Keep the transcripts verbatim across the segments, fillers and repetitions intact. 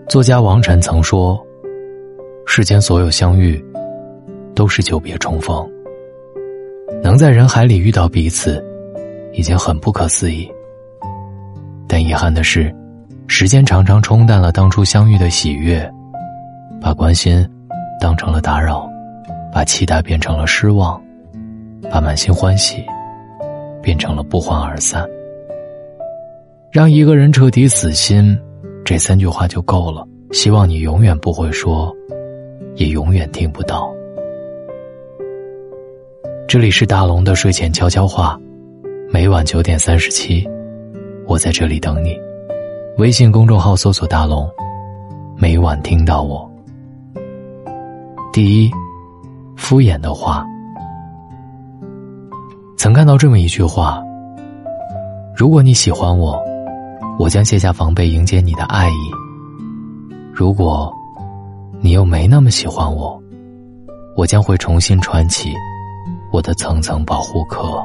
作家王晨曾说，世间所有相遇都是久别重逢，能在人海里遇到彼此已经很不可思议。但遗憾的是，时间常常冲淡了当初相遇的喜悦，把关心当成了打扰，把期待变成了失望，把满心欢喜变成了不欢而散。让一个人彻底死心，这三句话就够了，希望你永远不会说，也永远听不到。这里是大龙的睡前悄悄话，每晚九点三十七，我在这里等你。微信公众号搜索大龙，每晚听到我。第一，敷衍的话。曾看到这么一句话，如果你喜欢我，我将卸下防备迎接你的爱意；如果你又没那么喜欢我，我将会重新穿起我的层层保护壳。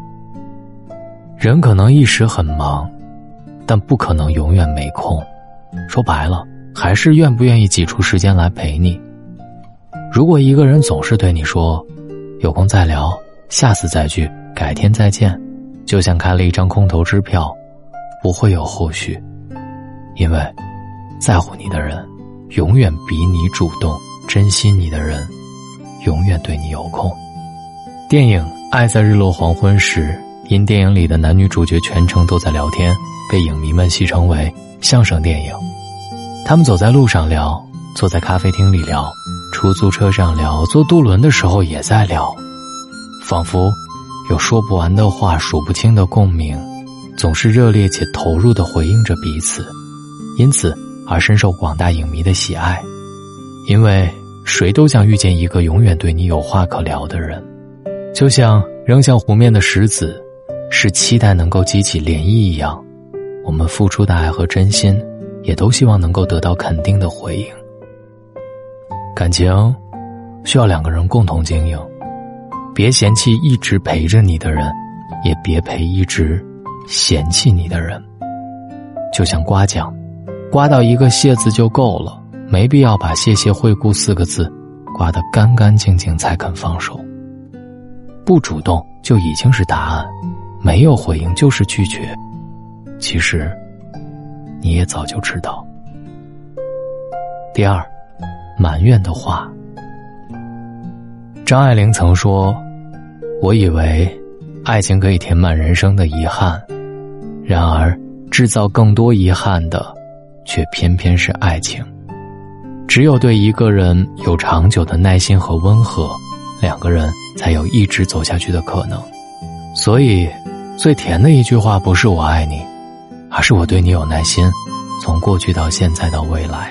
人可能一时很忙，但不可能永远没空。说白了，还是愿不愿意挤出时间来陪你。如果一个人总是对你说有空再聊，下次再聚，改天再见，就像开了一张空头支票，不会有后续。因为在乎你的人永远比你主动，珍惜你的人永远对你有空。电影《爱在日落黄昏时》，因电影里的男女主角全程都在聊天，被影迷们戏称为相声电影。他们走在路上聊，坐在咖啡厅里聊，出租车上聊，坐渡轮的时候也在聊，仿佛有说不完的话，数不清的共鸣，总是热烈且投入地回应着彼此，因此而深受广大影迷的喜爱。因为谁都想遇见一个永远对你有话可聊的人，就像扔向湖面的石子是期待能够激起涟漪一样，我们付出的爱和真心也都希望能够得到肯定的回应。感情需要两个人共同经营，别嫌弃一直陪着你的人，也别陪一直嫌弃你的人。就像刮奖，刮到一个谢字就够了，没必要把谢谢惠顾四个字刮得干干净净才肯放手。不主动就已经是答案，没有回应就是拒绝。其实你也早就知道。第二，埋怨的话。张爱玲曾说，我以为爱情可以填满人生的遗憾，然而制造更多遗憾的却偏偏是爱情。只有对一个人有长久的耐心和温和，两个人才有一直走下去的可能。所以最甜的一句话不是我爱你，而是我对你有耐心，从过去到现在到未来。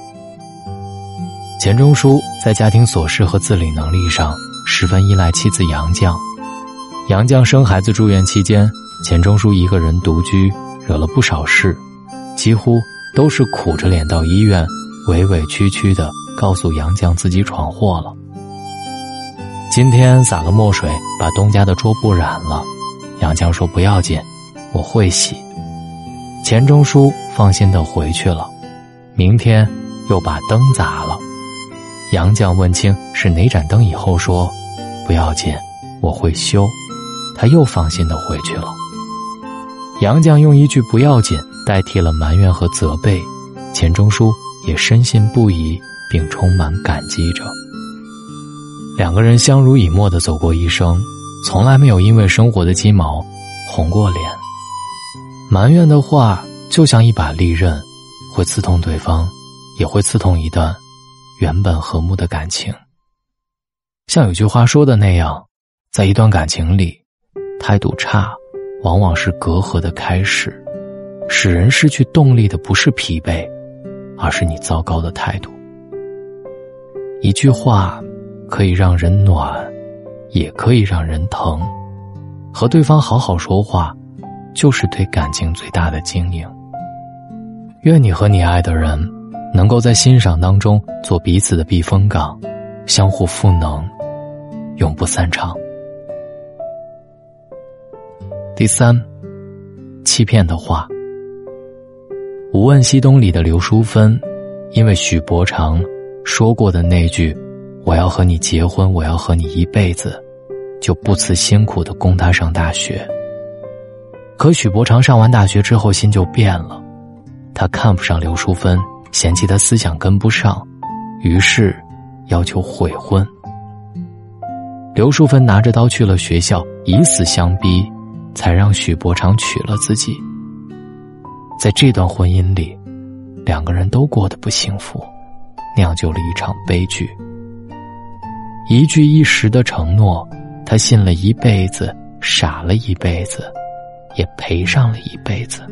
钱钟书在家庭琐事和自理能力上十分依赖妻子杨绛。杨绛生孩子住院期间，钱钟书一个人独居，惹了不少事，几乎都是苦着脸到医院，委委屈屈地告诉杨绛自己闯祸了。今天洒了墨水把东家的桌布染了，杨绛说不要紧，我会洗。钱钟书放心地回去了。明天又把灯砸了，杨绛问清是哪盏灯以后说不要紧，我会修。他又放心地回去了。杨绛用一句不要紧代替了埋怨和责备，钱钟书也深信不疑并充满感激着。两个人相濡以沫地走过一生，从来没有因为生活的鸡毛红过脸。埋怨的话就像一把利刃，会刺痛对方，也会刺痛一段原本和睦的感情。像有句话说的那样，在一段感情里，态度差往往是隔阂的开始，使人失去动力的不是疲惫，而是你糟糕的态度。一句话可以让人暖，也可以让人疼。和对方好好说话，就是对感情最大的经营。愿你和你爱的人能够在欣赏当中做彼此的避风港，相互赋能，永不散场。第三，欺骗的话。无问西东里的刘淑芬因为许伯常说过的那句我要和你结婚，我要和你一辈子，就不辞辛苦地供他上大学。可许伯常上完大学之后心就变了，他看不上刘淑芬，嫌弃他思想跟不上，于是要求悔婚。刘淑芬拿着刀去了学校，以死相逼，才让许伯常娶了自己。在这段婚姻里，两个人都过得不幸福，酿就了一场悲剧。一句一时的承诺，他信了一辈子，傻了一辈子，也赔上了一辈子。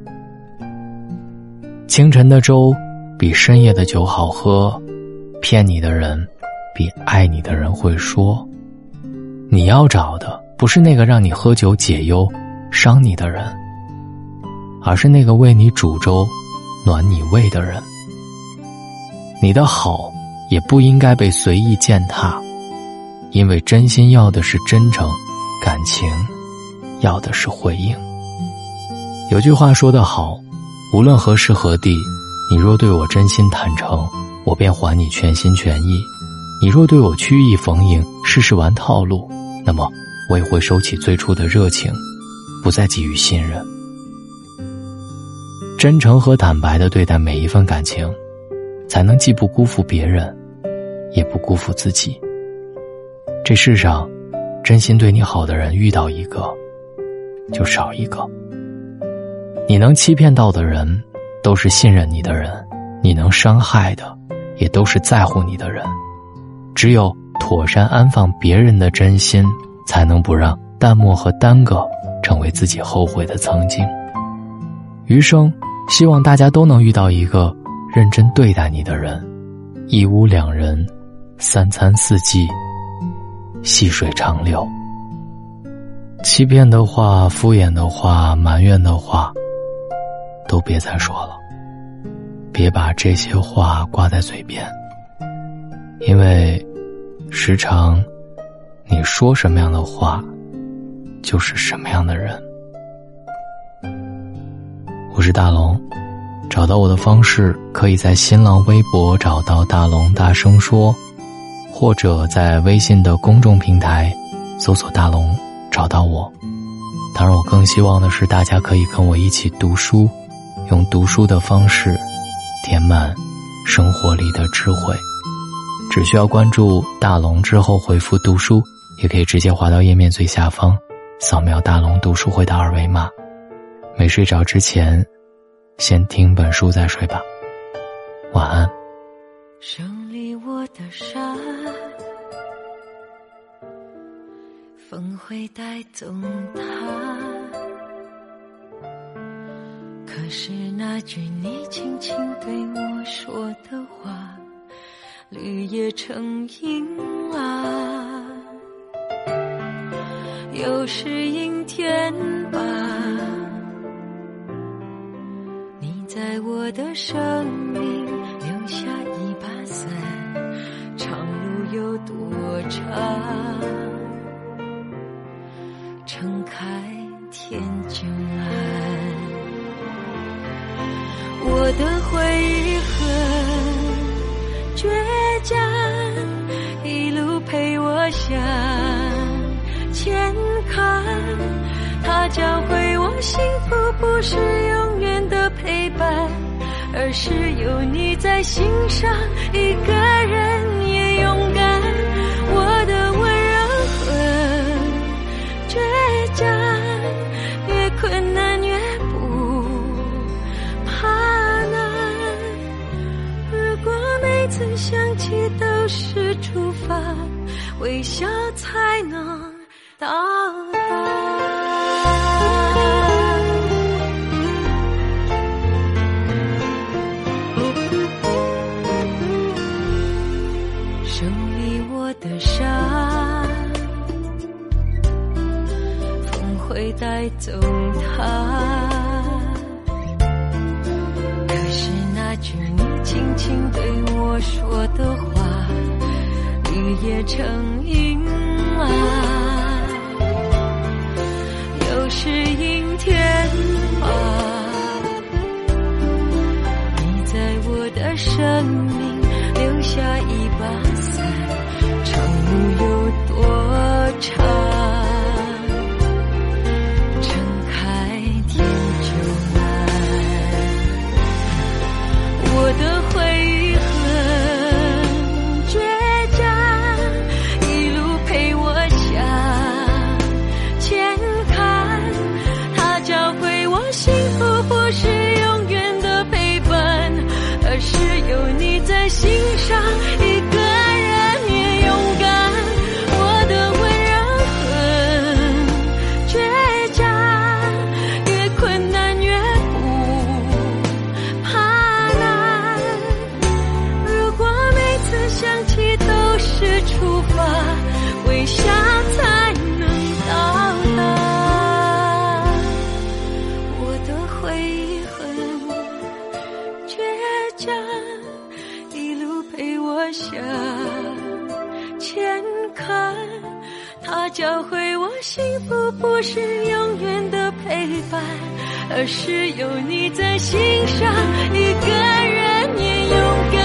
清晨的粥比深夜的酒好喝，骗你的人比爱你的人会说。你要找的不是那个让你喝酒解忧伤你的人，而是那个为你煮粥暖你胃的人。你的好也不应该被随意践踏，因为真心要的是真诚，感情要的是回应。有句话说得好，无论何时何地，你若对我真心坦诚，我便还你全心全意；你若对我曲意逢迎，事事玩套路，那么我也会收起最初的热情，不再给予信任。真诚和坦白地对待每一份感情，才能既不辜负别人，也不辜负自己。这世上真心对你好的人遇到一个就少一个。你能欺骗到的人都是信任你的人，你能伤害的也都是在乎你的人。只有妥善安放别人的真心，才能不让淡漠和耽搁成为自己后悔的曾经。余生希望大家都能遇到一个认真对待你的人，一屋两人，三餐四季，细水长流。欺骗的话，敷衍的话，埋怨的话，都别再说了，别把这些话挂在嘴边，因为时常你说什么样的话，就是什么样的人。我是大龙，找到我的方式可以在新浪微博找到大龙大声说，或者在微信的公众平台搜索大龙找到我。当然我更希望的是大家可以跟我一起读书，用读书的方式填满生活里的智慧。只需要关注大龙之后回复读书，也可以直接滑到页面最下方，扫描大龙读书会的二维码。没睡着之前，先听本书再睡吧。晚安。 胜利我的山，风会带走它，可是那句你轻轻对我说的话，绿叶成荫啊，又是阴天吧，你在我的生命留下一把伞，长路有多长，撑开天就蓝。我的回忆很倔强，一路陪我向前看，它教会我幸福不是永远的陪伴，而是有你在心上，一个人也勇敢。我的温柔很倔强，越困难越不怕难，如果每次想起都是出发，微笑才能到达。手里我的沙，风会带走它，可是那句你轻轻对我说的话，绿叶成荫啊，又是阴天吧，你在我的生幸福不是永远的陪伴，而是有你在心上，一个人也勇敢。我的温柔很倔强，越困难越不怕难。如果每次想起都是出发，微笑才能到达。我的回忆很倔强，一路陪我向前看。它教会我幸福不是永远的陪伴，而是有你在心上，一个人也勇敢。